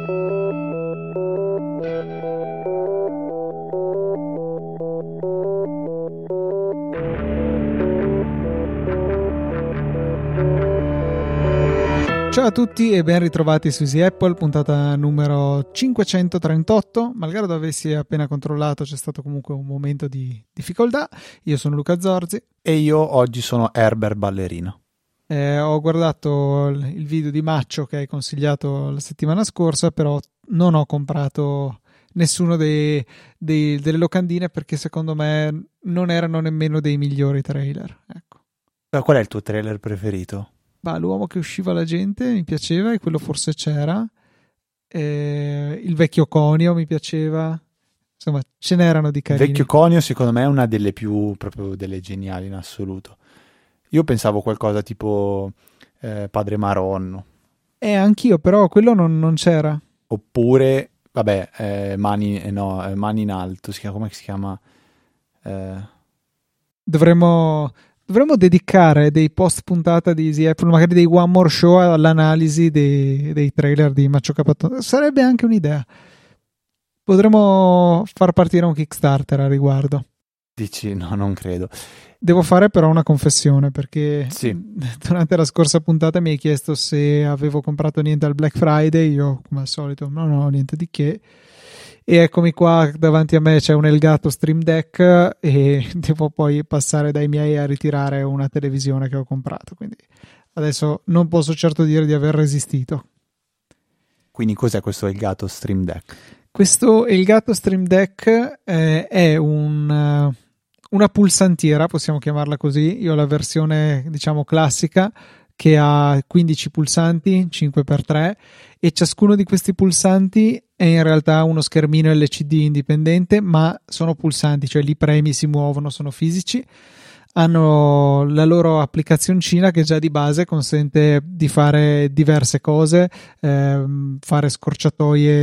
Ciao a tutti e ben ritrovati su Easy Apple, puntata numero 538. Malgrado avessi appena controllato, c'è stato comunque un momento di difficoltà. Io sono Luca Zorzi. E io oggi sono Herbert Ballerino. Ho guardato il video di Maccio che hai consigliato la settimana scorsa, però non ho comprato nessuno delle locandine perché secondo me non erano nemmeno dei migliori trailer. Ecco. Qual è il tuo trailer preferito? L'uomo che usciva la gente mi piaceva e quello forse c'era. Il vecchio conio mi piaceva. Insomma, ce n'erano di carini. Il vecchio conio secondo me è una delle più, proprio delle geniali in assoluto. Io pensavo qualcosa tipo Padre Maronno. Anch'io, però quello non c'era. Oppure, vabbè, Mani in alto, come si chiama? Dovremmo dedicare dei post puntata di Easy Apple, magari dei One More Show all'analisi dei trailer di Maccio Capatone. Sarebbe anche un'idea. Potremmo far partire un Kickstarter a riguardo. Dici? No, non credo. Devo fare però una confessione, perché sì. Durante la scorsa puntata mi hai chiesto se avevo comprato niente al Black Friday. Io, come al solito, no, niente di che. E eccomi qua, davanti a me c'è un Elgato Stream Deck e devo poi passare dai miei a ritirare una televisione che ho comprato, quindi adesso non posso certo dire di aver resistito. Quindi cos'è questo Elgato Stream Deck? Questo Elgato Stream Deck è una pulsantiera, possiamo chiamarla così. Io ho la versione diciamo classica che ha 15 pulsanti 5x3 e ciascuno di questi pulsanti è in realtà uno schermino LCD indipendente, ma sono pulsanti, cioè li premi, si muovono, sono fisici. Hanno la loro applicazioncina che già di base consente di fare diverse cose, fare scorciatoie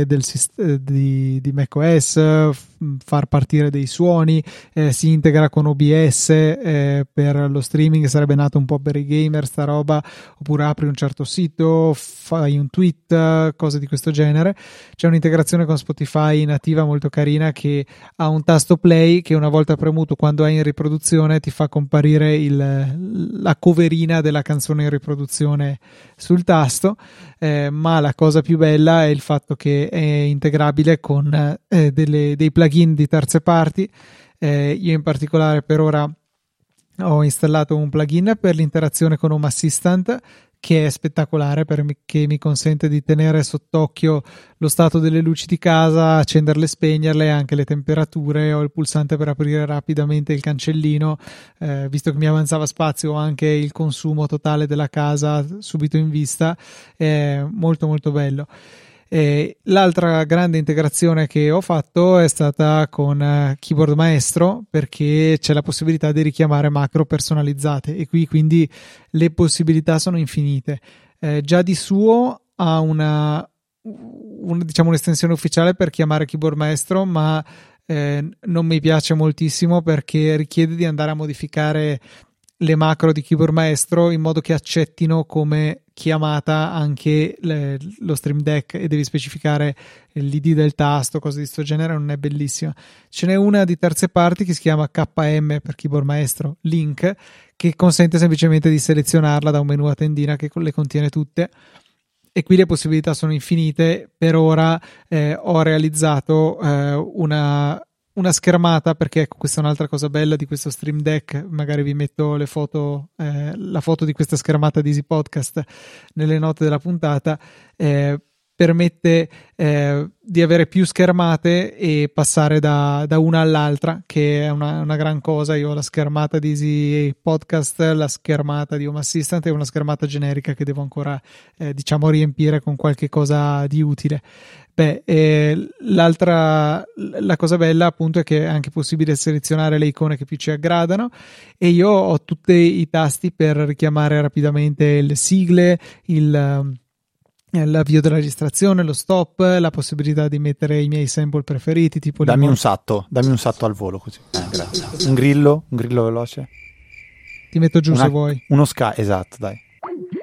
di macOS, far partire dei suoni, si integra con OBS per lo streaming, sarebbe nato un po' per i gamer sta roba, oppure apri un certo sito, fai un tweet, cose di questo genere. C'è un'integrazione con Spotify nativa molto carina che ha un tasto play che una volta premuto quando è in riproduzione ti fa comparire la coverina della canzone in riproduzione sul tasto, ma la cosa più bella è il fatto che è integrabile con dei plugin di terze parti. Io in particolare per ora ho installato un plugin per l'interazione con Home Assistant che è spettacolare perché mi consente di tenere sott'occhio lo stato delle luci di casa, accenderle e spegnerle, anche le temperature. Ho il pulsante per aprire rapidamente il cancellino, visto che mi avanzava spazio, ho anche il consumo totale della casa subito in vista. È molto molto bello. L'altra grande integrazione che ho fatto è stata con Keyboard Maestro, perché c'è la possibilità di richiamare macro personalizzate e qui quindi le possibilità sono infinite. Già di suo ha diciamo un'estensione ufficiale per chiamare Keyboard Maestro, ma non mi piace moltissimo perché richiede di andare a modificare le macro di Keyboard Maestro in modo che accettino come chiamata anche lo Stream Deck e devi specificare l'ID del tasto, cose di questo genere. Non è bellissima. Ce n'è una di terze parti che si chiama KM per Keyboard Maestro Link, che consente semplicemente di selezionarla da un menu a tendina che le contiene tutte, e qui le possibilità sono infinite. Per ora ho realizzato una schermata, perché ecco, questa è un'altra cosa bella di questo Stream Deck. Magari vi metto le foto, la foto di questa schermata di Easy Podcast nelle note della puntata. Permette di avere più schermate e passare da una all'altra, che è una gran cosa. Io ho la schermata di Easy Podcast, la schermata di Home Assistant e una schermata generica che devo ancora diciamo riempire con qualche cosa di utile. La cosa bella appunto è che è anche possibile selezionare le icone che più ci aggradano, e io ho tutti i tasti per richiamare rapidamente le sigle, l'avvio della registrazione, lo stop, la possibilità di mettere i miei sample preferiti, tipo dammi un salto al volo così. Grazie. Un grillo veloce. Ti metto giù se vuoi. Uno esatto, dai.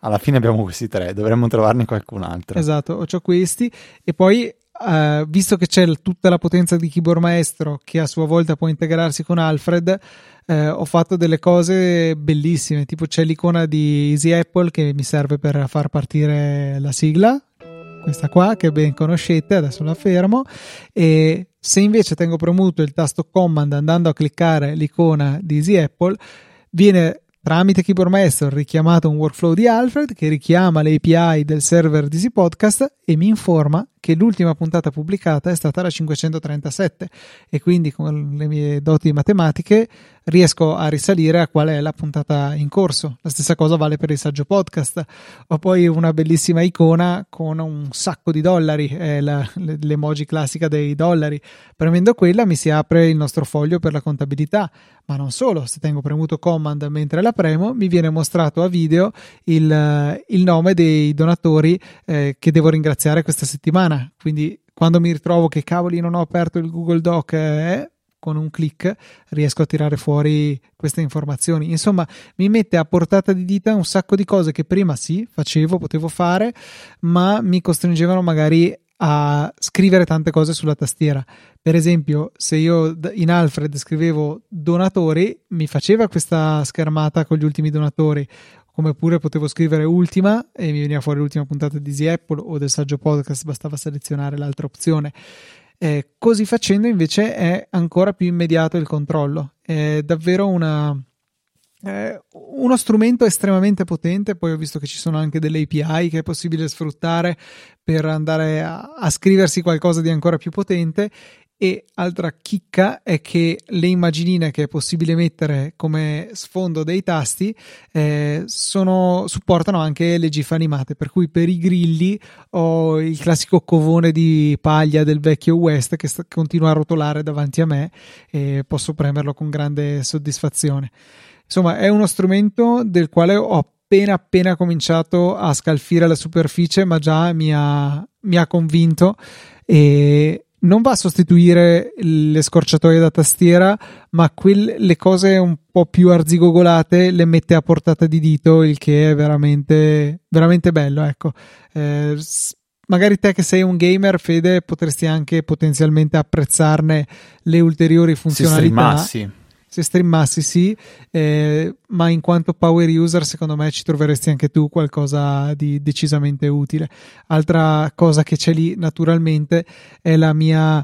alla fine abbiamo questi tre, dovremmo trovarne qualcun altro. Esatto, c'ho questi e poi visto che c'è tutta la potenza di Keyboard Maestro che a sua volta può integrarsi con Alfred, ho fatto delle cose bellissime, tipo c'è l'icona di Easy Apple che mi serve per far partire la sigla, questa qua che ben conoscete, adesso la fermo, e se invece tengo premuto il tasto Command andando a cliccare l'icona di Easy Apple, viene tramite Keyboard Maestro richiamato un workflow di Alfred che richiama l'API del server di Easy Podcast e mi informa che l'ultima puntata pubblicata è stata la 537 e quindi con le mie doti matematiche riesco a risalire a qual è la puntata in corso. La stessa cosa vale per il saggio podcast. Ho poi una bellissima icona con un sacco di dollari, è l'emoji classica dei dollari. Premendo quella mi si apre il nostro foglio per la contabilità, ma non solo, se tengo premuto Command mentre la premo mi viene mostrato a video il nome dei donatori che devo ringraziare questa settimana. Quindi quando mi ritrovo che cavoli non ho aperto il Google Doc, con un click riesco a tirare fuori queste informazioni. Insomma, mi mette a portata di dita un sacco di cose che prima sì, potevo fare, ma mi costringevano magari a scrivere tante cose sulla tastiera. Per esempio, se io in Alfred scrivevo donatori, mi faceva questa schermata con gli ultimi donatori, come pure potevo scrivere ultima e mi veniva fuori l'ultima puntata di Easy Apple o del saggio podcast, bastava selezionare l'altra opzione. Così facendo invece è ancora più immediato il controllo, è davvero uno strumento estremamente potente. Poi ho visto che ci sono anche delle API che è possibile sfruttare per andare a scriversi qualcosa di ancora più potente. E altra chicca è che le immaginine che è possibile mettere come sfondo dei tasti supportano anche le gif animate, per cui per i grilli ho il classico covone di paglia del vecchio West che continua a rotolare davanti a me e posso premerlo con grande soddisfazione. Insomma, è uno strumento del quale ho appena cominciato a scalfire la superficie, ma già mi ha convinto e non va a sostituire le scorciatoie da tastiera, ma le cose un po' più arzigogolate le mette a portata di dito, il che è veramente, veramente bello. Ecco, magari te che sei un gamer, Fede, potresti anche potenzialmente apprezzarne le ulteriori funzionalità. Se streamassi sì, ma in quanto power user secondo me ci troveresti anche tu qualcosa di decisamente utile. Altra cosa che c'è lì naturalmente è la mia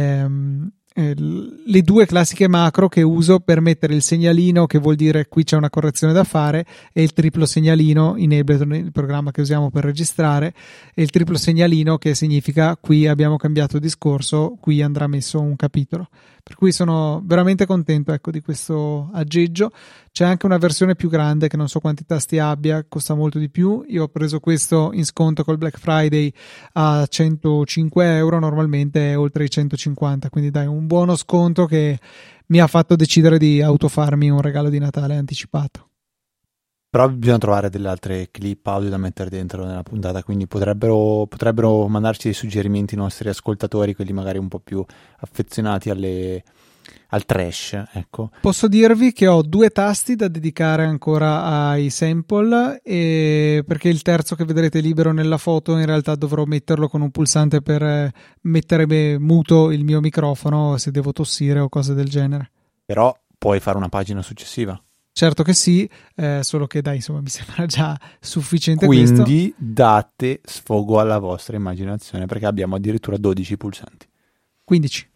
le due classiche macro che uso per mettere il segnalino, che vuol dire qui c'è una correzione da fare, e il triplo segnalino in Ableton, il programma che usiamo per registrare, e il triplo segnalino che significa qui abbiamo cambiato discorso, qui andrà messo un capitolo. Per cui sono veramente contento, ecco, di questo aggeggio. C'è anche una versione più grande che non so quanti tasti abbia, costa molto di più. Io ho preso questo in sconto col Black Friday a 105 euro, normalmente è oltre i 150, quindi dai, un buono sconto che mi ha fatto decidere di autofarmi un regalo di Natale anticipato. Però bisogna trovare delle altre clip audio da mettere dentro nella puntata, quindi potrebbero mandarci dei suggerimenti i nostri ascoltatori, quelli magari un po' più affezionati al trash, ecco. Posso dirvi che ho 2 tasti da dedicare ancora ai sample, perché il terzo che vedrete libero nella foto in realtà dovrò metterlo con un pulsante per mettere muto il mio microfono se devo tossire o cose del genere. Però puoi fare una pagina successiva. Certo che sì, solo che dai, insomma, mi sembra già sufficiente. Quindi date sfogo alla vostra immaginazione, perché abbiamo addirittura 12 pulsanti. 15.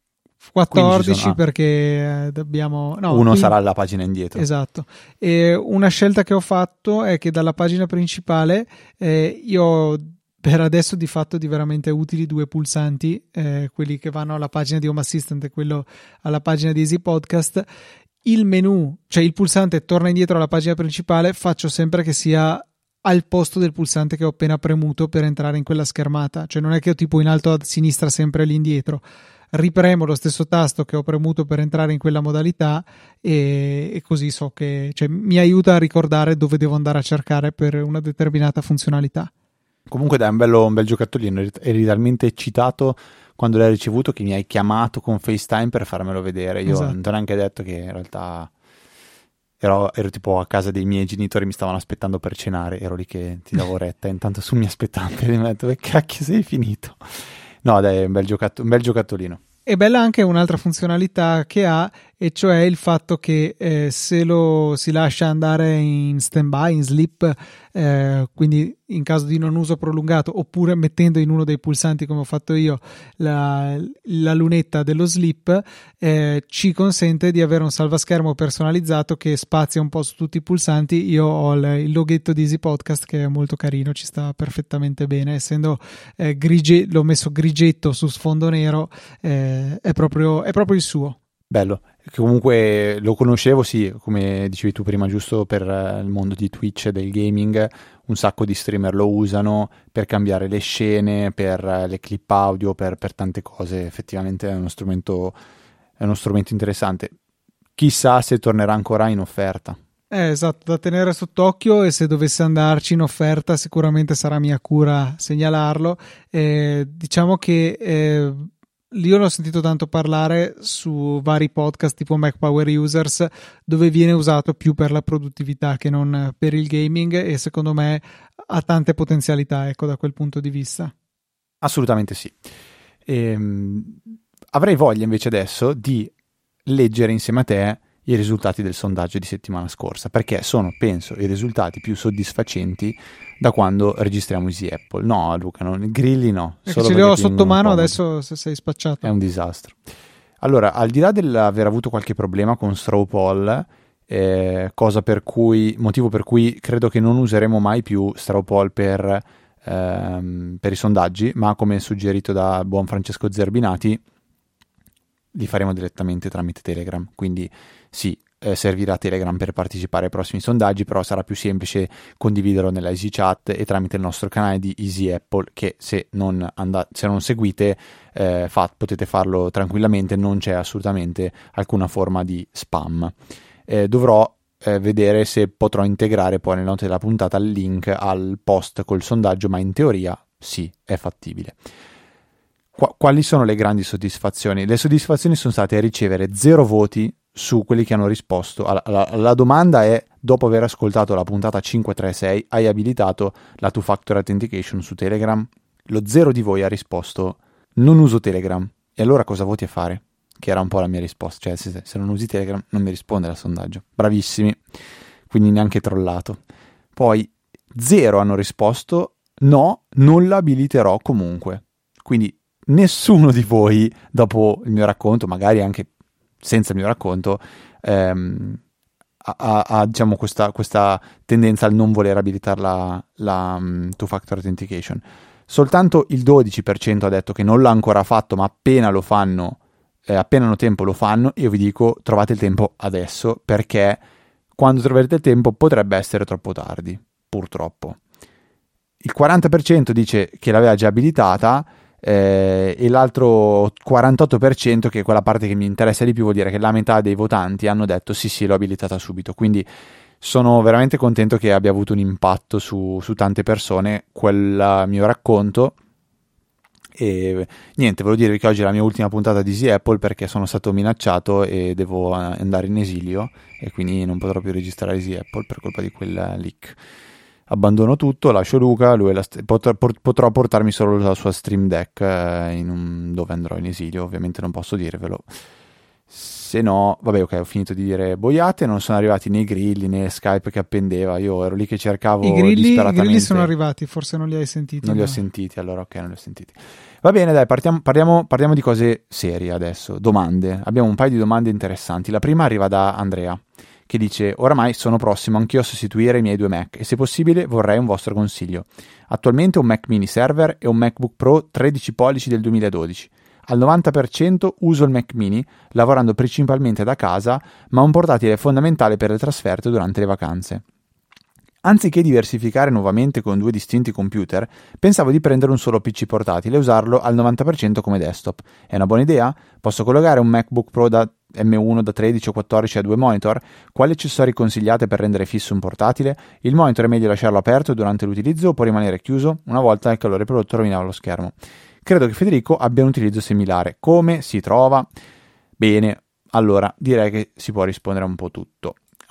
14 perché dobbiamo... No, uno sarà la pagina indietro. Esatto. E una scelta che ho fatto è che dalla pagina principale io ho per adesso di fatto di veramente utili 2 pulsanti, quelli che vanno alla pagina di Home Assistant e quello alla pagina di Easy Podcast. Il menu, cioè il pulsante torna indietro alla pagina principale, faccio sempre che sia al posto del pulsante che ho appena premuto per entrare in quella schermata, cioè non è che ho tipo in alto a sinistra sempre all'indietro, ripremo lo stesso tasto che ho premuto per entrare in quella modalità e così so che, cioè, mi aiuta a ricordare dove devo andare a cercare per una determinata funzionalità. Comunque dai, un bel giocattolino, eri talmente eccitato quando l'hai ricevuto che mi hai chiamato con FaceTime per farmelo vedere. Io non ti ho neanche detto che in realtà ero tipo a casa dei miei genitori, mi stavano aspettando per cenare, ero lì che ti davo retta, intanto su mi aspettavano e mi ho detto, che cacchio sei finito? No dai, è un bel giocattolino. È bella anche un'altra funzionalità che ha, e cioè il fatto che se lo si lascia andare in stand-by, in sleep, quindi in caso di non uso prolungato, oppure mettendo in uno dei pulsanti come ho fatto io la lunetta dello sleep, ci consente di avere un salvaschermo personalizzato che spazia un po' su tutti i pulsanti. Io ho il loghetto di Easy Podcast che è molto carino, ci sta perfettamente bene, essendo l'ho messo grigetto su sfondo nero, è proprio il suo. Bello, comunque lo conoscevo, sì, come dicevi tu prima, giusto per il mondo di Twitch e del gaming, un sacco di streamer lo usano per cambiare le scene, per le clip audio, per tante cose. Effettivamente è uno strumento interessante. Chissà se tornerà ancora in offerta. Esatto, da tenere sott'occhio, e se dovesse andarci in offerta sicuramente sarà mia cura segnalarlo. Diciamo che io l'ho sentito tanto parlare su vari podcast tipo Mac Power Users, dove viene usato più per la produttività che non per il gaming, e secondo me ha tante potenzialità, ecco, da quel punto di vista. Assolutamente sì. Avrei voglia invece adesso di leggere insieme a te i risultati del sondaggio di settimana scorsa, perché sono, penso, i risultati più soddisfacenti da quando registriamo Easy Apple. No, Luca, Grilli no. Perché ce li ho sotto mano adesso, se sei spacciato. È un disastro. Allora, al di là dell'aver avuto qualche problema con Straw Poll, motivo per cui credo che non useremo mai più Straw Poll per i sondaggi, ma come suggerito da buon Francesco Zerbinati, li faremo direttamente tramite Telegram, quindi sì, servirà Telegram per partecipare ai prossimi sondaggi, però sarà più semplice condividerlo nella Easy Chat e tramite il nostro canale di Easy Apple, che se non seguite potete farlo tranquillamente, non c'è assolutamente alcuna forma di spam. Dovrò vedere se potrò integrare poi nelle note della puntata il link al post col sondaggio, ma in teoria sì, è fattibile. Quali sono le grandi soddisfazioni? Le soddisfazioni sono state ricevere 0 voti su quelli che hanno risposto. La domanda è: dopo aver ascoltato la puntata 536, hai abilitato la two-factor authentication su Telegram? Lo 0 di voi ha risposto: non uso Telegram. E allora cosa voti a fare? Che era un po' la mia risposta, cioè se non usi Telegram non mi risponde al sondaggio. Bravissimi, quindi neanche trollato. Poi 0 hanno risposto: no, non l'abiliterò comunque. Quindi nessuno di voi, dopo il mio racconto, magari anche senza il mio racconto, ha diciamo questa tendenza al non voler abilitare la two-factor authentication. Soltanto il 12% ha detto che non l'ha ancora fatto, ma appena lo fanno, appena hanno tempo lo fanno. Io vi dico, trovate il tempo adesso, perché quando troverete il tempo potrebbe essere troppo tardi, purtroppo. Il 40% dice che l'aveva già abilitata, e l'altro 48%, che è quella parte che mi interessa di più, vuol dire che la metà dei votanti hanno detto sì, l'ho abilitata subito. Quindi sono veramente contento che abbia avuto un impatto su tante persone quel mio racconto. E niente, volevo dirvi che oggi è la mia ultima puntata di Easy Apple, perché sono stato minacciato e devo andare in esilio, e quindi non potrò più registrare Easy Apple per colpa di quel leak. Abbandono tutto, lascio Luca, lui potrò portarmi solo la sua Stream Deck dove andrò in esilio, ovviamente non posso dirvelo. Se no, vabbè, ok, ho finito di dire boiate, non sono arrivati né i grilli né Skype che appendeva, io ero lì che cercavo disperatamente. I grilli sono arrivati, forse non li hai sentiti. Non li ho sentiti, allora ok, non li ho sentiti. Va bene, dai, parliamo di cose serie adesso, domande. Abbiamo un paio di domande interessanti. La prima arriva da Andrea, che dice: oramai sono prossimo anch'io a sostituire i miei 2 Mac e se possibile vorrei un vostro consiglio. Attualmente un Mac mini server e un MacBook Pro 13 pollici del 2012. Al 90% uso il Mac mini, lavorando principalmente da casa, ma un portatile è fondamentale per le trasferte durante le vacanze. Anziché diversificare nuovamente con 2 distinti computer, pensavo di prendere un solo PC portatile e usarlo al 90% come desktop. È una buona idea? Posso collegare un MacBook Pro da M1 da 13 o 14 a 2 monitor? Quali accessori consigliate per rendere fisso un portatile? Il monitor è meglio lasciarlo aperto durante l'utilizzo o può rimanere chiuso una volta il calore prodotto rovinava lo schermo? Credo che Federico abbia un utilizzo similare. Come si trova? Bene, allora direi che si può rispondere a un po' tutto.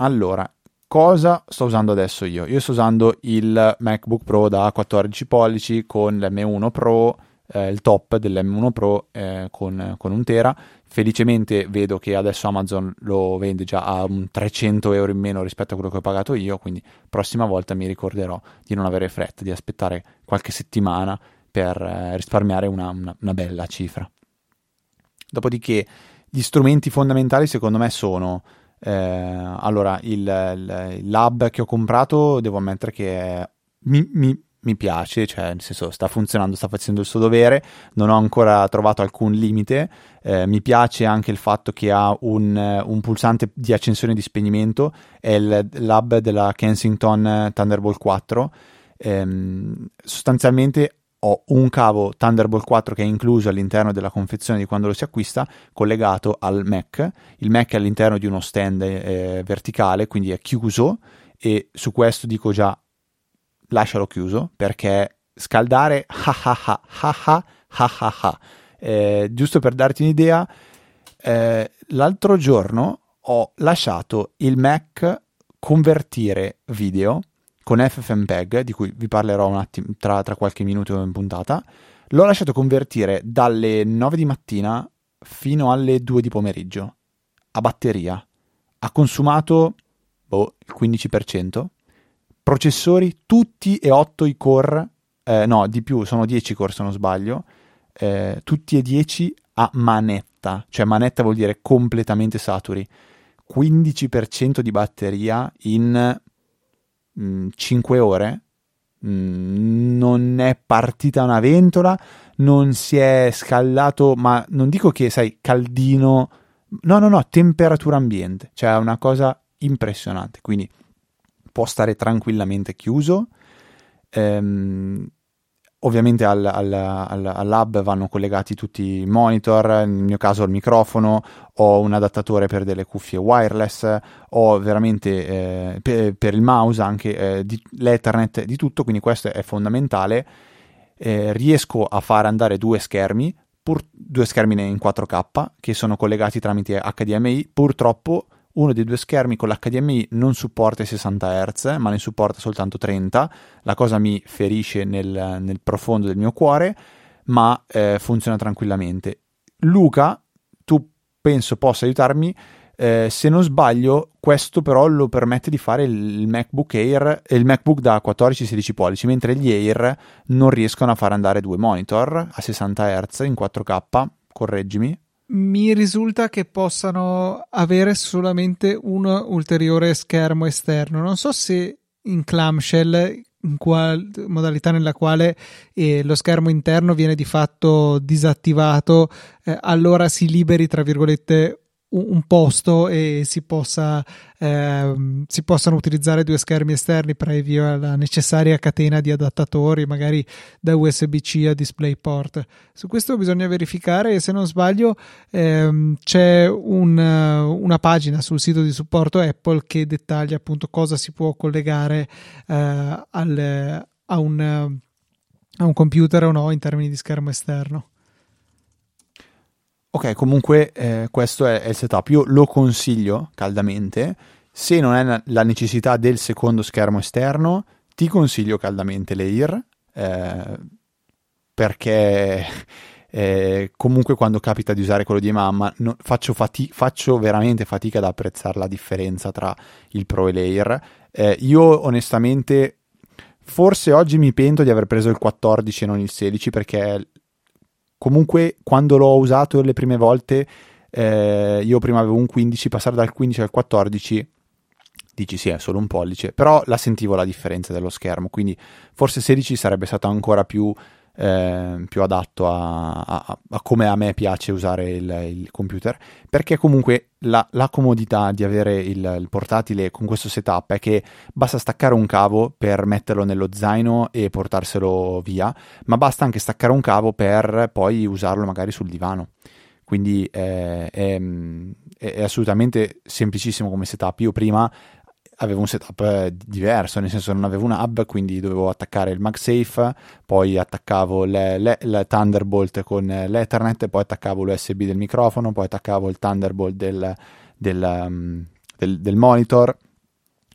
Allora, cosa sto usando adesso io? Io sto usando il MacBook Pro da 14 pollici con l'M1 Pro, il top dell'M1 Pro con 1 tera. Felicemente vedo che adesso Amazon lo vende già a un 300 euro in meno rispetto a quello che ho pagato io, quindi prossima volta mi ricorderò di non avere fretta, di aspettare qualche settimana per risparmiare una bella cifra. Dopodiché gli strumenti fondamentali secondo me sono allora il lab che ho comprato, devo ammettere che mi piace, cioè nel senso sta funzionando, sta facendo il suo dovere, non ho ancora trovato alcun limite. Mi piace anche il fatto che ha un pulsante di accensione e di spegnimento, è il lab della Kensington Thunderbolt 4. Sostanzialmente ho un cavo Thunderbolt 4 che è incluso all'interno della confezione di quando lo si acquista, collegato al Mac. Il Mac è all'interno di uno stand verticale, quindi è chiuso, e su questo dico già lascialo chiuso, perché scaldare giusto per darti un'idea, l'altro giorno ho lasciato il Mac convertire video con FFmpeg, di cui vi parlerò un attimo tra qualche minuto in puntata. L'ho lasciato convertire dalle 9 di mattina fino alle 2 di pomeriggio a batteria. Ha consumato il 15%. Processori tutti e 8 i core, no, di più, sono 10 core se non sbaglio, tutti e 10 a manetta, cioè manetta vuol dire completamente saturi. 15% di batteria in 5 ore, non è partita una ventola, non si è scaldato, ma non dico che sai caldino, no, temperatura ambiente, cioè è una cosa impressionante, quindi può stare tranquillamente chiuso. Ovviamente al lab vanno collegati tutti i monitor, nel mio caso il microfono, ho un adattatore per delle cuffie wireless, ho veramente per il mouse anche l'Ethernet, di tutto, quindi questo è fondamentale. Riesco a far andare due schermi in 4K che sono collegati tramite HDMI. Purtroppo uno dei due schermi con l'HDMI non supporta i 60 Hz, ma ne supporta soltanto 30. La cosa mi ferisce nel profondo del mio cuore, ma funziona tranquillamente. Luca, tu penso possa aiutarmi. Se non sbaglio, questo però lo permette di fare il MacBook Air e il MacBook da 14-16 pollici, mentre gli Air non riescono a far andare due monitor a 60 Hz in 4K. Correggimi. Mi risulta che possano avere solamente un ulteriore schermo esterno. Non so se in clamshell, in modalità nella quale lo schermo interno viene di fatto disattivato, allora si liberi, tra virgolette, un posto e si possano utilizzare due schermi esterni previo alla necessaria catena di adattatori, magari da USB-C a DisplayPort. Su questo bisogna verificare, e se non sbaglio c'è una pagina sul sito di supporto Apple che dettaglia appunto cosa si può collegare a un computer o no in termini di schermo esterno. Ok, comunque questo è il setup. Io lo consiglio caldamente. Se non hai la necessità del secondo schermo esterno, ti consiglio caldamente l'Air, perché comunque quando capita di usare quello di mamma faccio veramente fatica ad apprezzare la differenza tra il Pro e l'Air. Io onestamente forse oggi mi pento di aver preso il 14 e non il 16, perché comunque quando l'ho usato le prime volte, io prima avevo un 15, passare dal 15 al 14 dici sì, è solo un pollice, però la sentivo la differenza dello schermo, quindi forse 16 sarebbe stato ancora più adatto a come a me piace usare il computer, perché comunque la comodità di avere il portatile con questo setup è che basta staccare un cavo per metterlo nello zaino e portarselo via, ma basta anche staccare un cavo per poi usarlo magari sul divano, quindi è assolutamente semplicissimo come setup. Io prima avevo un setup diverso, nel senso non avevo un hub, quindi dovevo attaccare il MagSafe, poi attaccavo il Thunderbolt con l'Ethernet, poi attaccavo l'USB del microfono, poi attaccavo il Thunderbolt del monitor,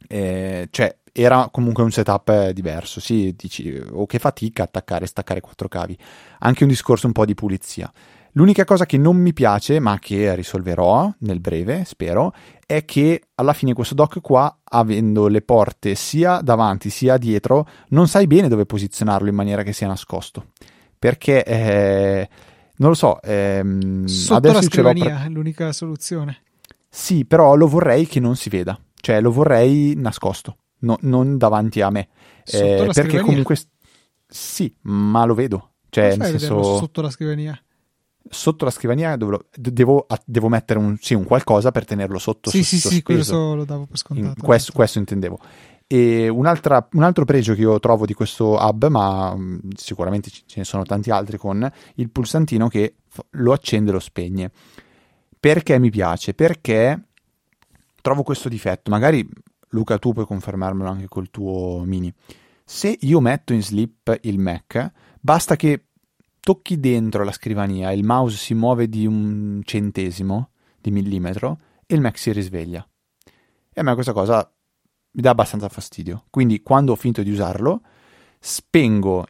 Cioè era comunque un setup diverso, sì, dici, oh che fatica attaccare e staccare 4 cavi, anche un discorso un po' di pulizia. L'unica cosa che non mi piace, ma che risolverò nel breve, spero, è che alla fine questo dock qua, avendo le porte sia davanti sia dietro, non sai bene dove posizionarlo in maniera che sia nascosto. Perché, non lo so, Sotto la scrivania è l'unica soluzione. Sì, però lo vorrei che non si veda, cioè lo vorrei nascosto, non davanti a me. Sotto la Perché scrivania? comunque sì, ma lo vedo. Cioè, Come nel fai a vederlo senso, sotto la scrivania? sotto la scrivania devo mettere un qualcosa per tenerlo sotto Sì, sospeso. questo lo davo per scontato. Questo intendevo. E un altro pregio che io trovo di questo hub, ma sicuramente ce ne sono tanti altri, con il pulsantino che lo accende e lo spegne. Perché mi piace? Perché trovo questo difetto. Magari, Luca, tu puoi confermarmelo anche col tuo Mini. Se io metto in sleep il Mac, basta che tocchi dentro la scrivania, il mouse si muove di 1/100 di millimetro e il Mac si risveglia. E a me questa cosa mi dà abbastanza fastidio. Quindi quando ho finito di usarlo, spengo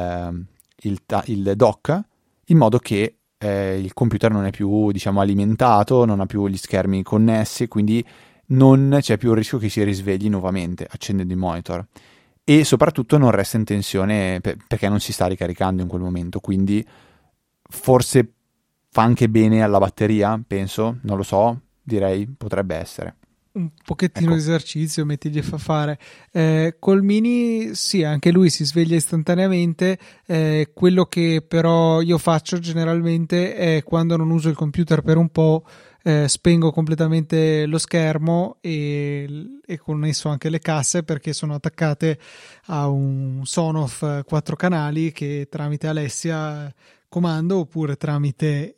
il dock in modo che il computer non è più, diciamo, alimentato, non ha più gli schermi connessi, quindi non c'è più il rischio che si risvegli nuovamente accendendo il monitor. E soprattutto non resta in tensione perché non si sta ricaricando in quel momento, quindi forse fa anche bene alla batteria, penso, non lo so, direi potrebbe essere. Un pochettino di esercizio mettigli a fa fare. Col Mini sì, anche lui si sveglia istantaneamente. Quello che però io faccio generalmente è, quando non uso il computer per un po', spengo completamente lo schermo e con esso anche le casse, perché sono attaccate a un Sonoff 4 canali che tramite Alessia comando, oppure tramite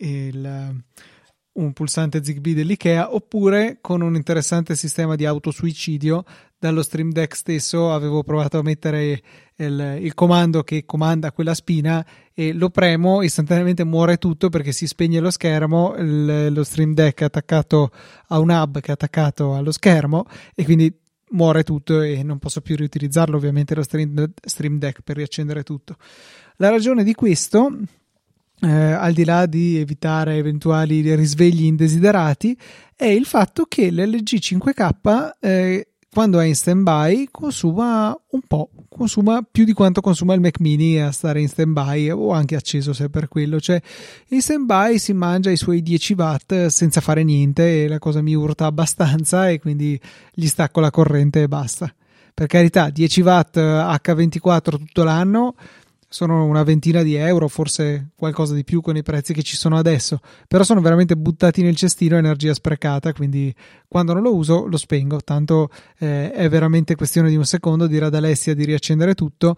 un pulsante Zigbee dell'IKEA, oppure con un interessante sistema di autosuicidio. Dallo Stream Deck stesso avevo provato a mettere il comando che comanda quella spina, e lo premo, istantaneamente muore tutto perché si spegne lo schermo, lo Stream Deck è attaccato a un hub che è attaccato allo schermo, e quindi muore tutto e non posso più riutilizzarlo, ovviamente, lo Stream Deck, per riaccendere tutto. La ragione di questo, al di là di evitare eventuali risvegli indesiderati, è il fatto che l'LG 5K, quando è in stand-by, consuma più di quanto consuma il Mac Mini a stare in stand-by, o anche acceso se è per quello. Cioè, in stand-by si mangia i suoi 10 watt senza fare niente, e la cosa mi urta abbastanza, e quindi gli stacco la corrente e basta. Per carità, 10 watt H24 tutto l'anno sono una ventina di euro, forse qualcosa di più con i prezzi che ci sono adesso, però sono veramente buttati nel cestino, energia sprecata, quindi quando non lo uso lo spengo, tanto è veramente questione di un secondo, dire ad Alessia di riaccendere tutto,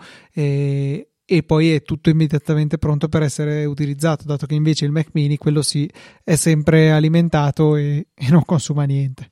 e poi è tutto immediatamente pronto per essere utilizzato, dato che invece il Mac Mini, quello sì, è sempre alimentato e non consuma niente.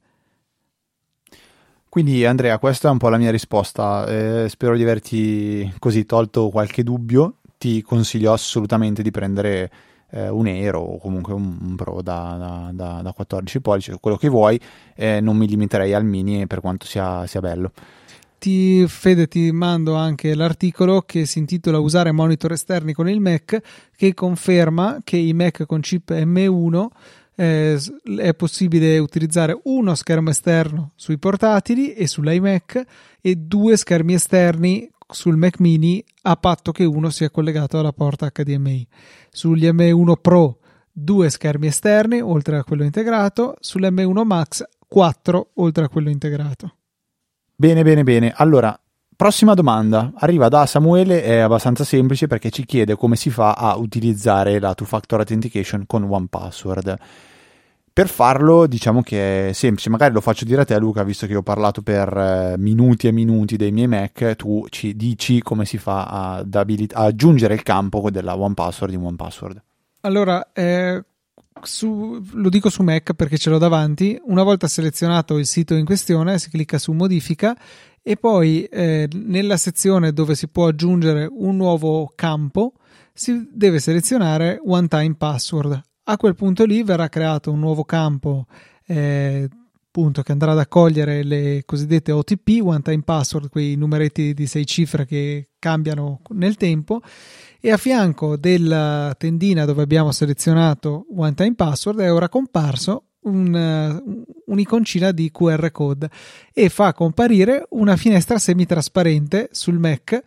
Quindi Andrea, questa è un po' la mia risposta. Spero di averti così tolto qualche dubbio. Ti consiglio assolutamente di prendere un Air o comunque un Pro da 14 pollici, quello che vuoi. Non mi limiterei al Mini, per quanto sia bello. Fede, ti mando anche l'articolo che si intitola Usare monitor esterni con il Mac, che conferma che i Mac con chip M1 è possibile utilizzare uno schermo esterno sui portatili e sull'iMac, e 2 schermi esterni sul Mac Mini, a patto che uno sia collegato alla porta HDMI. Sugli M1 Pro 2 schermi esterni oltre a quello integrato, sull'M1 Max 4 oltre a quello integrato. Bene. Allora, prossima domanda. Arriva da Samuele, è abbastanza semplice perché ci chiede come si fa a utilizzare la Two-Factor Authentication con OnePassword. Per farlo, diciamo che è semplice. Magari lo faccio dire a te, Luca, visto che ho parlato per minuti e minuti dei miei Mac. Tu ci dici come si fa ad aggiungere il campo della OnePassword in OnePassword. Allora, lo dico su Mac perché ce l'ho davanti. Una volta selezionato il sito in questione, si clicca su modifica, e poi nella sezione dove si può aggiungere un nuovo campo si deve selezionare One Time Password. A quel punto lì verrà creato un nuovo campo appunto, che andrà ad accogliere le cosiddette OTP, one time password, quei numeretti di 6 cifre che cambiano nel tempo, e a fianco della tendina dove abbiamo selezionato one time password è ora comparso un'iconcina di QR code e fa comparire una finestra semitrasparente sul Mac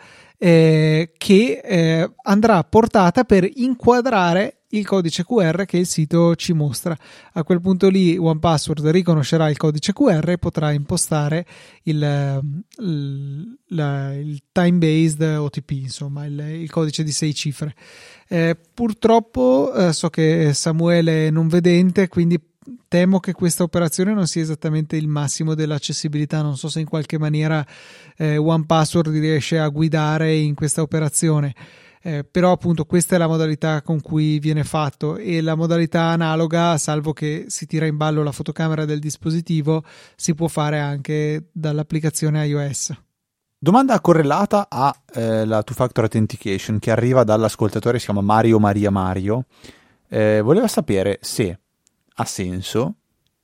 che andrà portata per inquadrare il codice QR che il sito ci mostra. A quel punto lì OnePassword riconoscerà il codice QR e potrà impostare il time-based OTP, insomma il codice di 6 cifre. Purtroppo so che Samuele è non vedente, quindi temo che questa operazione non sia esattamente il massimo dell'accessibilità. Non so se in qualche maniera OnePassword riesce a guidare in questa operazione. Però appunto questa è la modalità con cui viene fatto, e la modalità analoga, salvo che si tira in ballo la fotocamera del dispositivo, si può fare anche dall'applicazione iOS. Domanda correlata a la Two-Factor Authentication che arriva dall'ascoltatore, si chiama Mario Maria Mario. Voleva sapere se ha senso,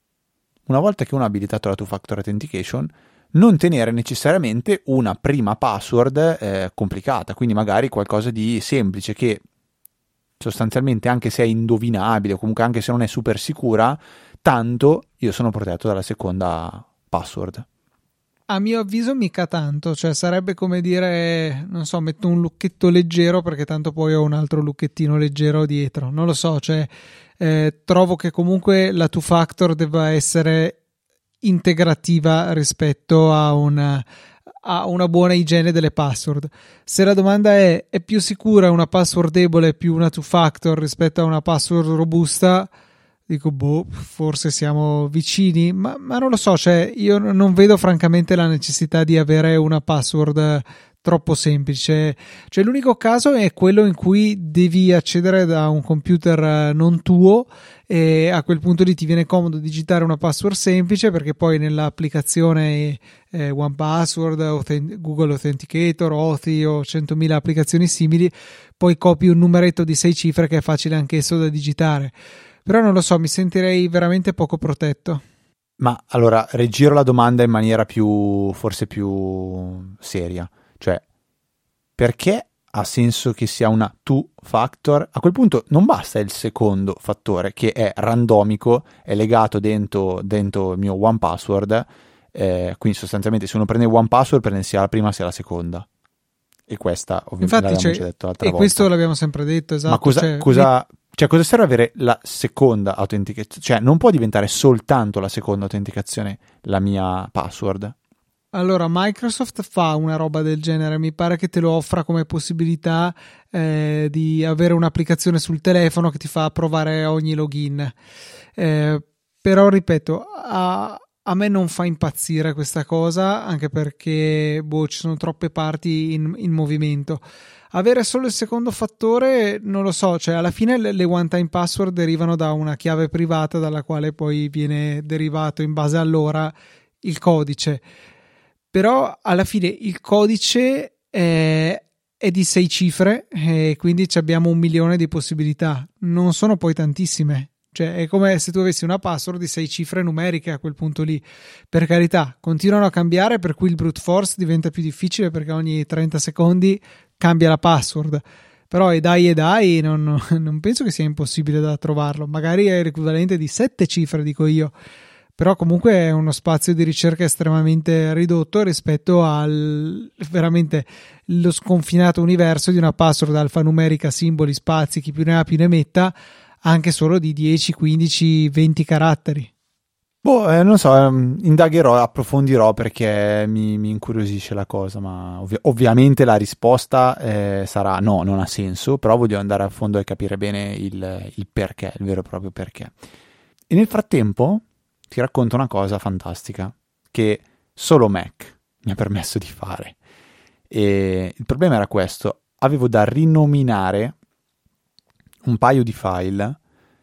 una volta che uno ha abilitato la Two-Factor Authentication, non tenere necessariamente una prima password complicata, quindi magari qualcosa di semplice che sostanzialmente, anche se è indovinabile o comunque anche se non è super sicura, tanto io sono protetto dalla seconda password. A mio avviso mica tanto, cioè sarebbe come dire, non so, metto un lucchetto leggero perché tanto poi ho un altro lucchettino leggero dietro, non lo so, cioè trovo che comunque la two factor debba essere integrativa rispetto a una buona igiene delle password. Se la domanda è più sicura una password debole più una two factor rispetto a una password robusta, dico forse siamo vicini, ma non lo so, cioè io non vedo francamente la necessità di avere una password troppo semplice. Cioè l'unico caso è quello in cui devi accedere da un computer non tuo, e a quel punto lì ti viene comodo digitare una password semplice, perché poi nell'applicazione OnePassword, Google Authenticator, Authy o 100.000 applicazioni simili, poi copi un numeretto di 6 cifre che è facile anch'esso da digitare. Però non lo so, mi sentirei veramente poco protetto. Ma allora rigiro la domanda in maniera forse più seria, cioè perché ha senso che sia una two factor? A quel punto non basta il secondo fattore che è randomico, è legato dentro il mio OnePassword, quindi sostanzialmente se uno prende OnePassword prende sia la prima sia la seconda, e questa ovviamente l'abbiamo già detto l'altra volta. E questo l'abbiamo sempre detto, esatto. Ma cosa serve avere la seconda autenticazione? Cioè non può diventare soltanto la seconda autenticazione la mia password? Allora, Microsoft fa una roba del genere, mi pare che te lo offra come possibilità di avere un'applicazione sul telefono che ti fa provare ogni login. Però, ripeto, a me non fa impazzire questa cosa, anche perché ci sono troppe parti in movimento. Avere solo il secondo fattore, non lo so, cioè alla fine le one time password derivano da una chiave privata dalla quale poi viene derivato in base all'ora il codice. Però alla fine il codice è di 6 cifre e quindi abbiamo 1 milione di possibilità. Non sono poi tantissime. Cioè è come se tu avessi una password di 6 cifre numeriche a quel punto lì. Per carità, continuano a cambiare, per cui il brute force diventa più difficile perché ogni 30 secondi cambia la password. Però non penso che sia impossibile da trovarlo. Magari è l'equivalente di 7 cifre, dico io. Però comunque è uno spazio di ricerca estremamente ridotto rispetto al veramente lo sconfinato universo di una password alfanumerica, simboli, spazi, chi più ne ha più ne metta, anche solo di 10, 15, 20 caratteri. Non so, indagherò, approfondirò perché mi incuriosisce la cosa, ma ovviamente la risposta sarà no, non ha senso, però voglio andare a fondo e capire bene il perché, il vero e proprio perché. E nel frattempo ti racconto una cosa fantastica che solo Mac mi ha permesso di fare. E il problema era questo: avevo da rinominare un paio di file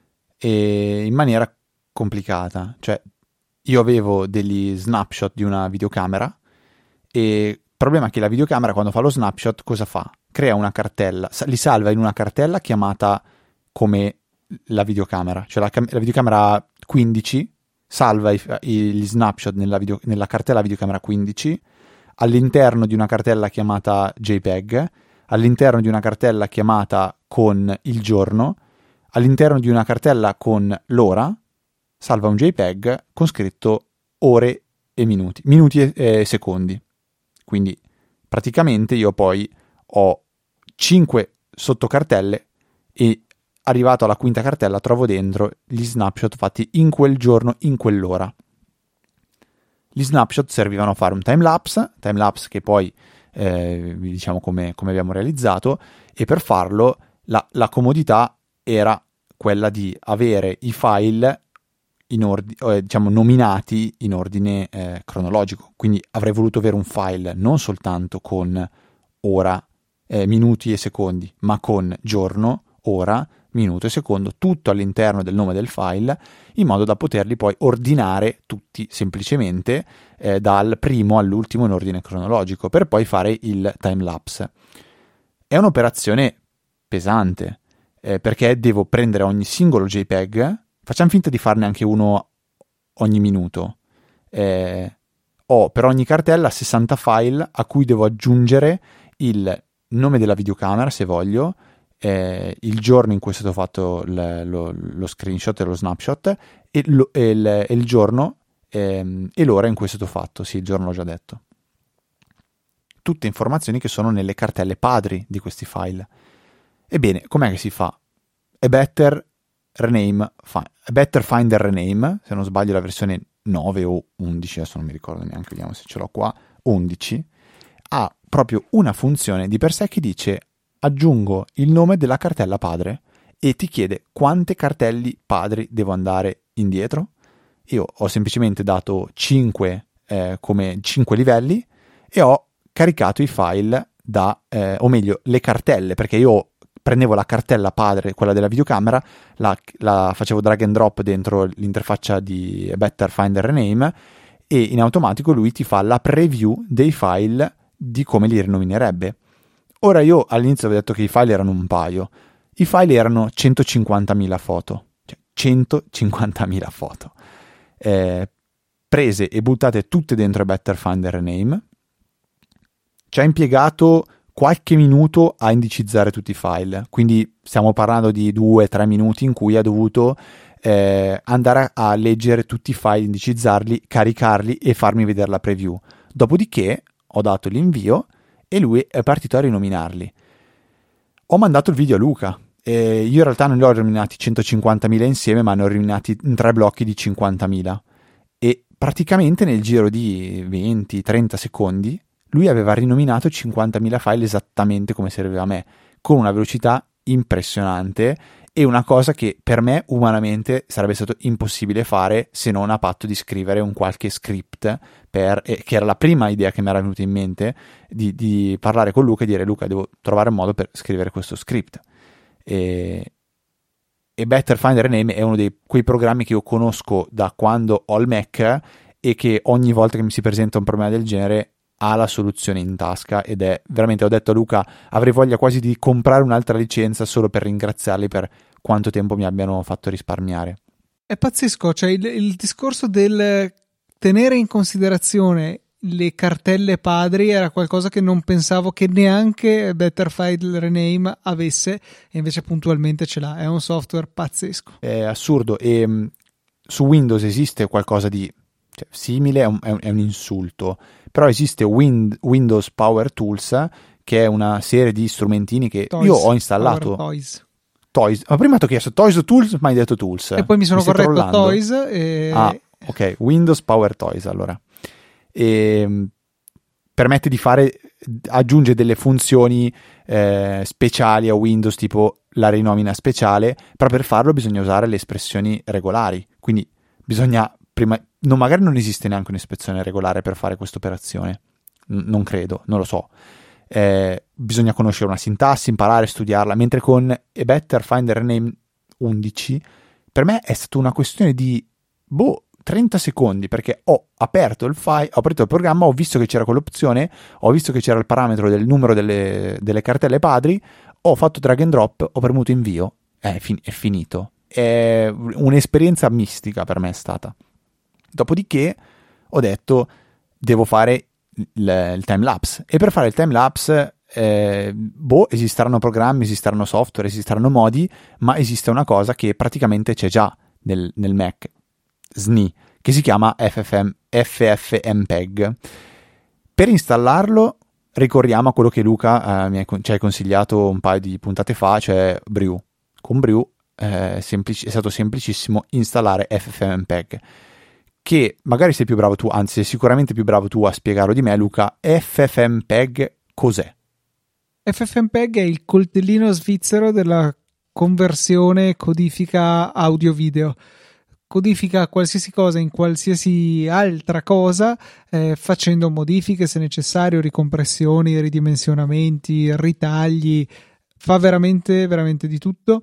in maniera complicata. Cioè io avevo degli snapshot di una videocamera, e il problema è che la videocamera, quando fa lo snapshot, cosa fa? Crea una cartella, li salva in una cartella chiamata come la videocamera, cioè la videocamera 15 salva gli snapshot nella cartella videocamera 15, all'interno di una cartella chiamata JPEG, all'interno di una cartella chiamata con il giorno, all'interno di una cartella con l'ora, salva un JPEG con scritto ore e minuti, minuti e secondi. Quindi praticamente io poi ho 5 sottocartelle e arrivato alla quinta cartella trovo dentro gli snapshot fatti in quel giorno, in quell'ora. Gli snapshot servivano a fare un timelapse che poi vi diciamo come abbiamo realizzato, e per farlo la comodità era quella di avere i file diciamo nominati in ordine cronologico. Quindi avrei voluto avere un file non soltanto con ora, minuti e secondi, ma con giorno, ora, minuto e secondo, tutto all'interno del nome del file, in modo da poterli poi ordinare tutti semplicemente dal primo all'ultimo in ordine cronologico, per poi fare il timelapse. È un'operazione pesante, perché devo prendere ogni singolo JPEG, facciamo finta di farne anche uno ogni minuto, ho per ogni cartella 60 file a cui devo aggiungere il nome della videocamera, se voglio, il giorno in cui è stato fatto lo screenshot e lo snapshot, e il giorno e l'ora in cui è stato fatto. Sì, il giorno l'ho già detto. Tutte informazioni che sono nelle cartelle padri di questi file. Ebbene, com'è che si fa? È Better Finder Rename, se non sbaglio la versione 9 o 11, adesso non mi ricordo neanche, vediamo se ce l'ho qua, 11, ha proprio una funzione di per sé che dice: aggiungo il nome della cartella padre, e ti chiede quante cartelli padri devo andare indietro. Io ho semplicemente dato 5 come 5 livelli e ho caricato i file o meglio le cartelle, perché io prendevo la cartella padre, quella della videocamera, la facevo drag and drop dentro l'interfaccia di Better Finder Rename, e in automatico lui ti fa la preview dei file di come li rinominerebbe. Ora, io all'inizio avevo detto che i file erano un paio. I file erano 150.000 foto, cioè 150.000 foto, prese e buttate tutte dentro Better Finder Rename. Ci ha impiegato qualche minuto a indicizzare tutti i file, quindi stiamo parlando di 2-3 minuti in cui ha dovuto andare a leggere tutti i file, indicizzarli, caricarli e farmi vedere la preview. Dopodiché ho dato l'invio e lui è partito a rinominarli. Ho mandato il video a Luca. Io in realtà non li ho rinominati 150.000 insieme, ma ne ho rinominati in 3 blocchi di 50.000. E praticamente nel giro di 20-30 secondi lui aveva rinominato 50.000 file esattamente come serviva a me, con una velocità impressionante, e una cosa che per me umanamente sarebbe stato impossibile fare, se non a patto di scrivere un qualche script, che era la prima idea che mi era venuta in mente, di parlare con Luca e dire: Luca, devo trovare un modo per scrivere questo script. E Better Finder Rename è uno di quei programmi che io conosco da quando ho il Mac, e che ogni volta che mi si presenta un problema del genere ha la soluzione in tasca, ed è veramente, ho detto a Luca, avrei voglia quasi di comprare un'altra licenza solo per ringraziarli per quanto tempo mi abbiano fatto risparmiare. È pazzesco, cioè il discorso del tenere in considerazione le cartelle padri era qualcosa che non pensavo che neanche Better Finder Rename avesse, e invece puntualmente ce l'ha. È un software pazzesco. È assurdo. E su Windows esiste qualcosa di simile, è un insulto, però esiste Windows Power Tools, che è una serie di strumentini che io ho installato. Toys. Ma prima ti ho chiesto Toys o Tools, ma hai detto Tools. E poi mi sono corretto trollando. Toys. Ah, ok, Windows Power Toys, allora. Permette di aggiunge delle funzioni speciali a Windows, tipo la rinomina speciale, però per farlo bisogna usare le espressioni regolari, quindi bisogna prima, magari non esiste neanche un'espressione regolare per fare questa operazione, non credo, non lo so. Bisogna conoscere una sintassi, imparare, studiarla, mentre con Better Finder Rename 11 per me è stata una questione di 30 secondi, perché ho aperto il file, ho aperto il programma, ho visto che c'era quell'opzione, ho visto che c'era il parametro del numero delle cartelle padri, ho fatto drag and drop, ho premuto invio, è finito. È un'esperienza mistica per me, è stata. Dopodiché ho detto devo fare il time lapse, e per fare il time lapse esisteranno programmi, esisteranno software, esisteranno modi, ma esiste una cosa che praticamente c'è già nel Mac SNI, che si chiama FFmpeg. Per installarlo ricorriamo a quello che Luca ci ha consigliato un paio di puntate fa, cioè Brew. Con Brew è stato semplicissimo installare FFmpeg, che magari sei più bravo tu, anzi sei sicuramente più bravo tu a spiegarlo di me, Luca. FFmpeg cos'è? FFmpeg è il coltellino svizzero della conversione codifica audio-video. Codifica qualsiasi cosa in qualsiasi altra cosa, facendo modifiche se necessario, ricompressioni, ridimensionamenti, ritagli, fa veramente, veramente di tutto.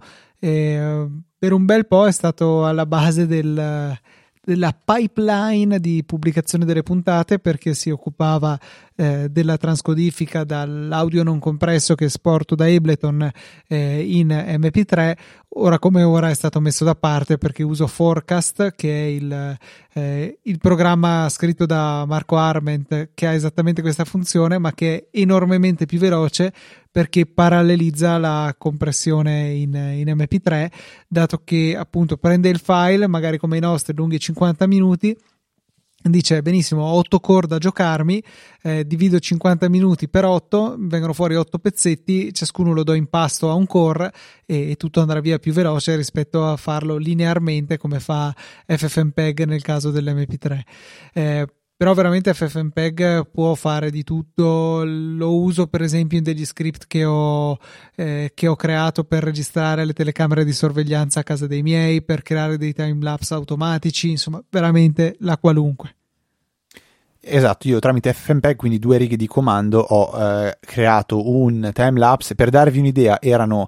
Per un bel po' è stato alla base della pipeline di pubblicazione delle puntate, perché si occupava della transcodifica dall'audio non compresso che esporto da Ableton in MP3. Ora come ora è stato messo da parte perché uso Forecast, che è il programma scritto da Marco Arment, che ha esattamente questa funzione, ma che è enormemente più veloce perché parallelizza la compressione in MP3, dato che appunto prende il file, magari come i nostri lunghi 50 minuti, dice benissimo, ho 8 core da giocarmi, divido 50 minuti per 8, vengono fuori 8 pezzetti, ciascuno lo do in pasto a un core e tutto andrà via più veloce rispetto a farlo linearmente come fa FFmpeg nel caso dell'MP3. Però veramente FFmpeg può fare di tutto. Lo uso per esempio in degli script che ho creato per registrare le telecamere di sorveglianza a casa dei miei, per creare dei timelapse automatici, insomma veramente la qualunque. Esatto, io tramite FFmpeg, quindi 2 righe di comando, ho creato un timelapse. Per darvi un'idea, erano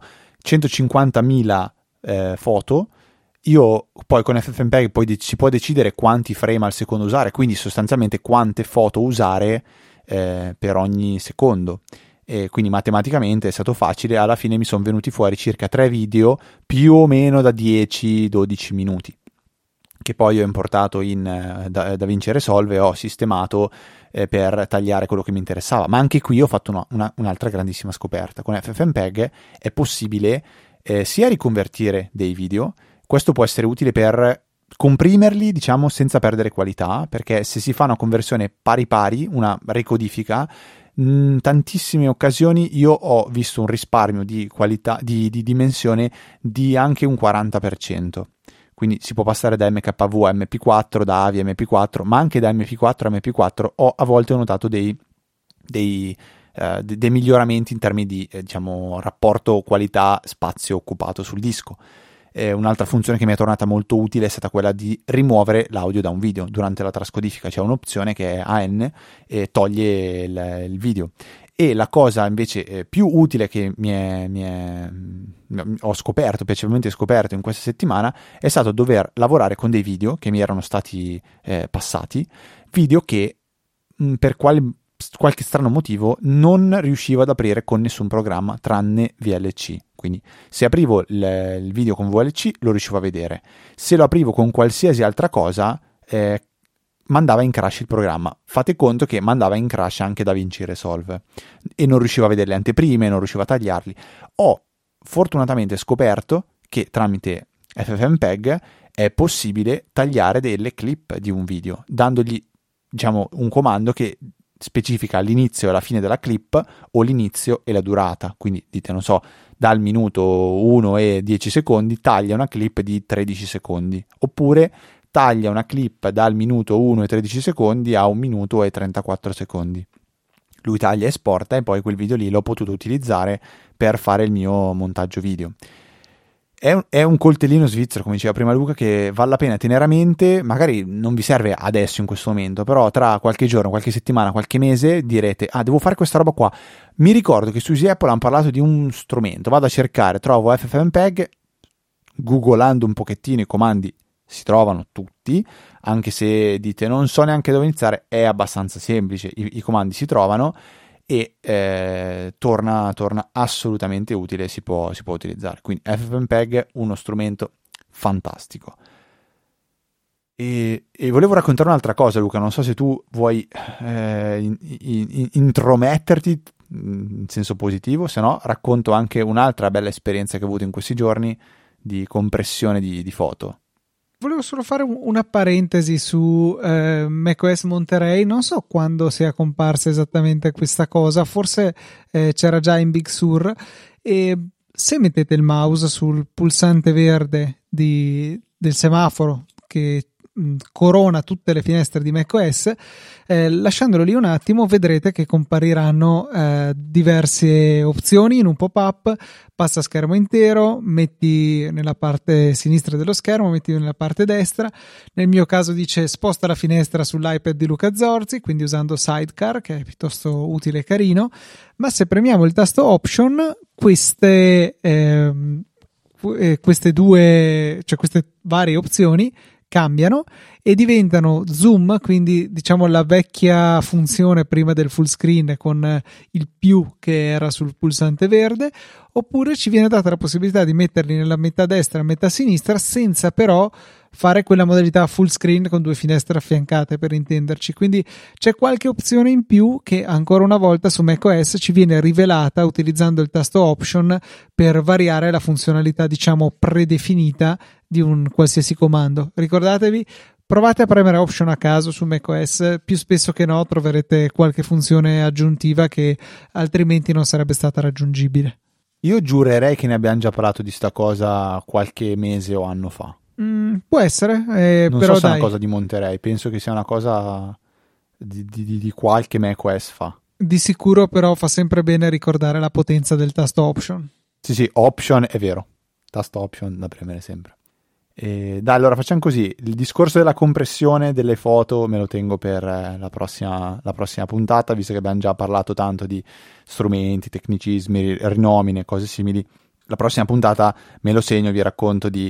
150.000 foto. Io poi con FFmpeg si può decidere quanti frame al secondo usare, quindi sostanzialmente quante foto usare per ogni secondo. E quindi matematicamente è stato facile. Alla fine mi sono venuti fuori circa 3 video più o meno da 10-12 minuti, che poi ho importato in DaVinci Resolve e ho sistemato per tagliare quello che mi interessava. Ma anche qui ho fatto un'altra grandissima scoperta. Con FFmpeg è possibile sia riconvertire dei video. Questo può essere utile per comprimerli, diciamo, senza perdere qualità, perché se si fa una conversione pari pari, una ricodifica, in tantissime occasioni io ho visto un risparmio di qualità, di dimensione di anche un 40%. Quindi si può passare da MKV a MP4, da AVI a MP4, ma anche da MP4 a MP4 a volte ho notato dei miglioramenti in termini di diciamo, rapporto qualità-spazio occupato sul disco. Un'altra funzione che mi è tornata molto utile è stata quella di rimuovere l'audio da un video. Durante la trascodifica c'è un'opzione che è AN e toglie il video. E la cosa invece più utile che ho scoperto, piacevolmente scoperto in questa settimana, è stato dover lavorare con dei video che mi erano stati passati, video che per qualche strano motivo non riuscivo ad aprire con nessun programma tranne VLC. Quindi se aprivo il video con VLC lo riuscivo a vedere, se lo aprivo con qualsiasi altra cosa mandava in crash il programma. Fate conto che mandava in crash anche DaVinci Resolve e non riuscivo a vedere le anteprime, non riuscivo a tagliarli. Ho fortunatamente scoperto che tramite FFmpeg è possibile tagliare delle clip di un video, dandogli diciamo un comando che specifica l'inizio e la fine della clip o l'inizio e la durata. Quindi dite, non so, dal minuto 1 e 10 secondi taglia una clip di 13 secondi, oppure taglia una clip dal minuto 1 e 13 secondi a 1 minuto e 34 secondi. Lui taglia e esporta, e poi quel video lì l'ho potuto utilizzare per fare il mio montaggio video. È un coltellino svizzero, come diceva prima Luca, che vale la pena tenere a mente. Magari non vi serve adesso in questo momento, però tra qualche giorno, qualche settimana, qualche mese direte: ah, devo fare questa roba qua. Mi ricordo che su Easy Apple hanno parlato di un strumento, vado a cercare, trovo FFmpeg, googolando un pochettino i comandi si trovano tutti, anche se dite non so neanche dove iniziare, è abbastanza semplice, i comandi si trovano e torna assolutamente utile, si può utilizzare. Quindi FFmpeg, uno strumento fantastico. E volevo raccontare un'altra cosa, Luca, non so se tu vuoi intrometterti in senso positivo, se no racconto anche un'altra bella esperienza che ho avuto in questi giorni di compressione di foto. Volevo solo fare una parentesi su macOS Monterey. Non so quando sia comparsa esattamente questa cosa, forse c'era già in Big Sur, e se mettete il mouse sul pulsante verde del semaforo che corona tutte le finestre di macOS, lasciandolo lì un attimo vedrete che compariranno diverse opzioni in un pop-up. Passa schermo intero, metti nella parte sinistra dello schermo, metti nella parte destra. Nel mio caso dice sposta la finestra sull'iPad di Luca Zorzi, quindi usando Sidecar, che è piuttosto utile e carino. Ma se premiamo il tasto Option, queste varie opzioni cambiano e diventano zoom, quindi diciamo la vecchia funzione prima del full screen con il più che era sul pulsante verde, oppure ci viene data la possibilità di metterli nella metà destra e metà sinistra senza però fare quella modalità full screen con 2 finestre affiancate, per intenderci. Quindi c'è qualche opzione in più che ancora una volta su macOS ci viene rivelata utilizzando il tasto Option per variare la funzionalità diciamo predefinita di un qualsiasi comando. Ricordatevi, provate a premere Option a caso su macOS, più spesso che no troverete qualche funzione aggiuntiva che altrimenti non sarebbe stata raggiungibile. Io giurerei che ne abbiamo già parlato di sta cosa qualche mese o anno fa. Può essere, non però so se è dai, una cosa di Monterey, penso che sia una cosa di qualche macOS fa. di sicuro però fa sempre bene ricordare la potenza del tasto Option. Sì, Option è vero, tasto Option da premere sempre. Dai, allora facciamo così, il discorso della compressione delle foto me lo tengo per la prossima puntata, visto che abbiamo già parlato tanto di strumenti, tecnicismi, rinomine, cose simili. La prossima puntata me lo segno, vi racconto di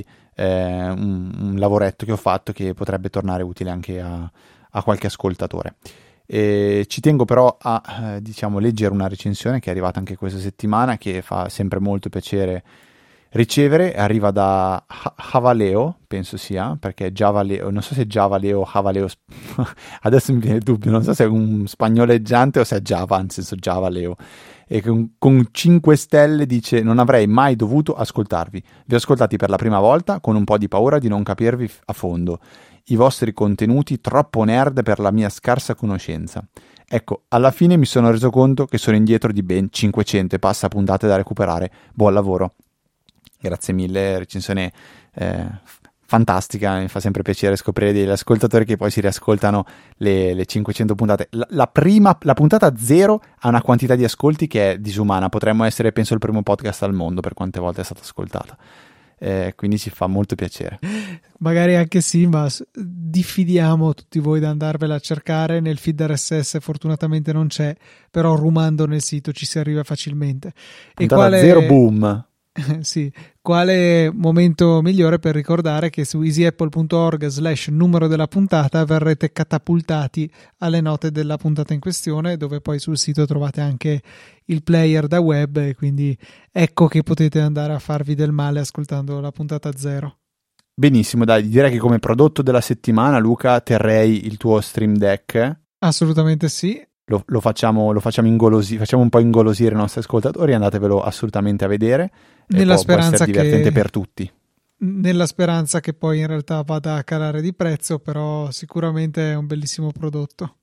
un lavoretto che ho fatto che potrebbe tornare utile anche a qualche ascoltatore. Ci tengo però a diciamo leggere una recensione che è arrivata anche questa settimana, che fa sempre molto piacere ricevere. Arriva da Javaleo, penso sia, perché Javaleo, non so se Javaleo o Javaleo, adesso mi viene il dubbio, non so se è un spagnoleggiante o se è Java, nel senso Javaleo, e con 5 stelle dice: non avrei mai dovuto ascoltarvi, vi ho ascoltati per la prima volta con un po' di paura di non capirvi a fondo, i vostri contenuti troppo nerd per la mia scarsa conoscenza. Ecco, alla fine mi sono reso conto che sono indietro di ben 500 e passa puntate da recuperare. Buon lavoro. Grazie mille, recensione fantastica, mi fa sempre piacere scoprire degli ascoltatori che poi si riascoltano le 500 puntate. La puntata 0 ha una quantità di ascolti che è disumana, potremmo essere penso il primo podcast al mondo per quante volte è stata ascoltata, quindi ci fa molto piacere. Magari anche sì, ma diffidiamo tutti voi da andarvela a cercare. Nel feed RSS fortunatamente non c'è, però rumando nel sito ci si arriva facilmente. Puntata 0 boom. Sì, quale momento migliore per ricordare che su easyapple.org/numero della puntata verrete catapultati alle note della puntata in questione, dove poi sul sito trovate anche il player da web, e quindi ecco che potete andare a farvi del male ascoltando la puntata 0. Benissimo, dai, direi che come prodotto della settimana, Luca, terrei il tuo Stream Deck. Assolutamente sì. Lo facciamo ingolosire, facciamo un po' ingolosire i nostri ascoltatori, andatevelo assolutamente a vedere, nella speranza può essere divertente per tutti. Nella speranza che poi in realtà vada a calare di prezzo, però sicuramente è un bellissimo prodotto.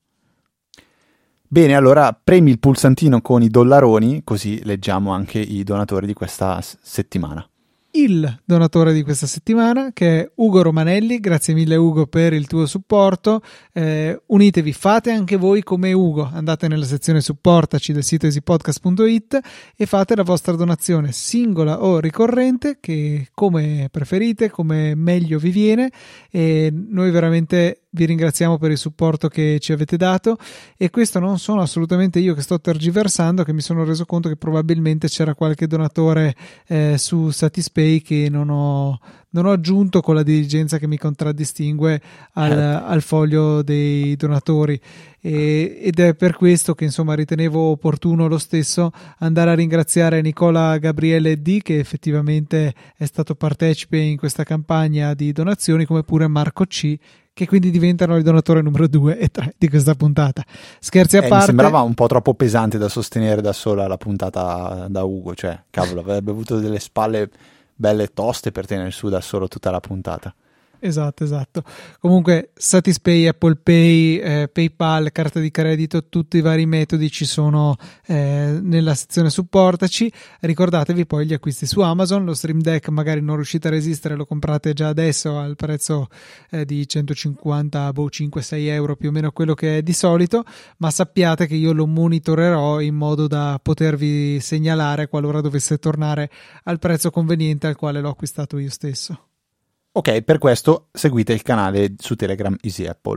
Bene, allora premi il pulsantino con i dollaroni, così leggiamo anche i donatori di questa settimana. Il donatore di questa settimana, che è Ugo Romanelli. Grazie mille Ugo per il tuo supporto. Unitevi, fate anche voi come Ugo, andate nella sezione supportaci del sito easypodcast.it e fate la vostra donazione singola o ricorrente, che come preferite, come meglio vi viene, e noi veramente vi ringraziamo per il supporto che ci avete dato. E questo non sono assolutamente io che sto tergiversando, che mi sono reso conto che probabilmente c'era qualche donatore su Satispay che non ho aggiunto con la diligenza che mi contraddistingue al foglio dei donatori, ed è per questo che insomma ritenevo opportuno lo stesso andare a ringraziare Nicola Gabriele D, che effettivamente è stato partecipe in questa campagna di donazioni, come pure Marco C, che quindi diventano il donatore numero 2 e 3 di questa puntata. Scherzi a parte, mi sembrava un po' troppo pesante da sostenere da sola la puntata da Ugo, cioè cavolo, avrebbe avuto delle spalle belle toste per tenere su da solo tutta la puntata. Esatto. Comunque Satispay, Apple Pay, PayPal, carta di credito, tutti i vari metodi ci sono nella sezione supportaci. Ricordatevi poi gli acquisti su Amazon. Lo Stream Deck magari non riuscite a resistere, lo comprate già adesso al prezzo di 150, 5-6 euro, più o meno quello che è di solito, ma sappiate che io lo monitorerò in modo da potervi segnalare qualora dovesse tornare al prezzo conveniente al quale l'ho acquistato io stesso. Ok, per questo seguite il canale su Telegram Easy Apple.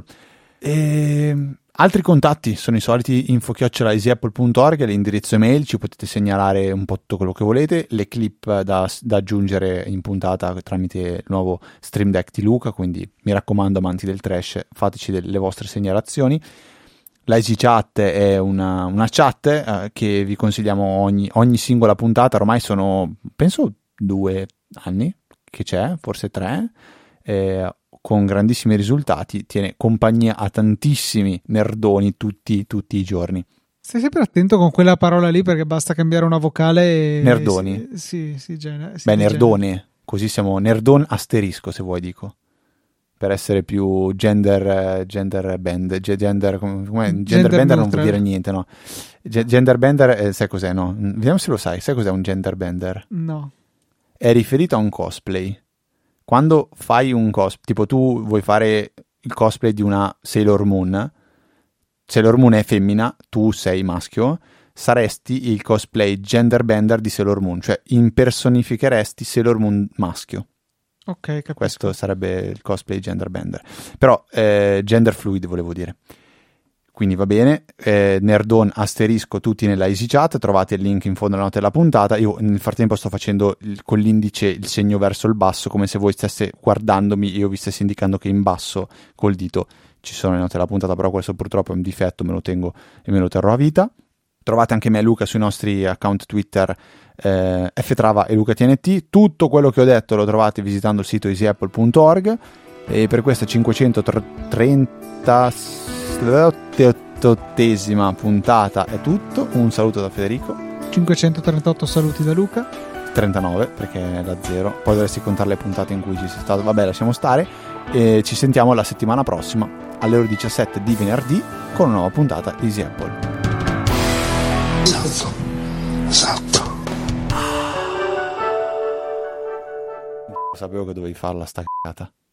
Altri contatti sono i soliti info@easyapple.org, l'indirizzo email, ci potete segnalare un po' tutto quello che volete, le clip da aggiungere in puntata tramite il nuovo Stream Deck di Luca, quindi mi raccomando amanti del trash, fateci le vostre segnalazioni. La Easy Chat è una chat che vi consigliamo ogni singola puntata, ormai sono penso 2 anni che c'è, forse 3, con grandissimi risultati, tiene compagnia a tantissimi nerdoni tutti i giorni. Stai sempre attento con quella parola lì, perché basta cambiare una vocale e nerdoni. Nerdone, così siamo nerdon asterisco, se vuoi dico, per essere più gender bender non vuol dire niente, no? Gender bender, sai cos'è, no? Vediamo se lo sai cos'è un gender bender? No. È riferito a un cosplay. Quando fai un cosplay, tipo tu vuoi fare il cosplay di una Sailor Moon è femmina, tu sei maschio, saresti il cosplay gender bender di Sailor Moon, cioè impersonificheresti Sailor Moon maschio. Ok, capisco. Questo sarebbe il cosplay gender bender. Però gender fluid volevo dire. Quindi va bene, nerdon asterisco tutti nella Easy Chat, trovate il link in fondo alla nota della puntata. Io nel frattempo sto facendo con l'indice il segno verso il basso, come se voi stesse guardandomi e io vi stessi indicando che in basso col dito ci sono le note della puntata, però questo purtroppo è un difetto, me lo tengo e me lo terrò a vita. Trovate anche me e Luca sui nostri account Twitter ftrava e lucatnt. Tutto quello che ho detto lo trovate visitando il sito easyapple.org, e per questa 538esima puntata è tutto. Un saluto da Federico. 538 saluti da Luca. 39 perché è da 0, poi dovresti contare le puntate in cui ci sei stato. Vabbè, lasciamo stare, e ci sentiamo la settimana prossima alle ore 17 di venerdì con una nuova puntata di Easy Apple. Esatto. Sapevo che dovevi farla sta cagata.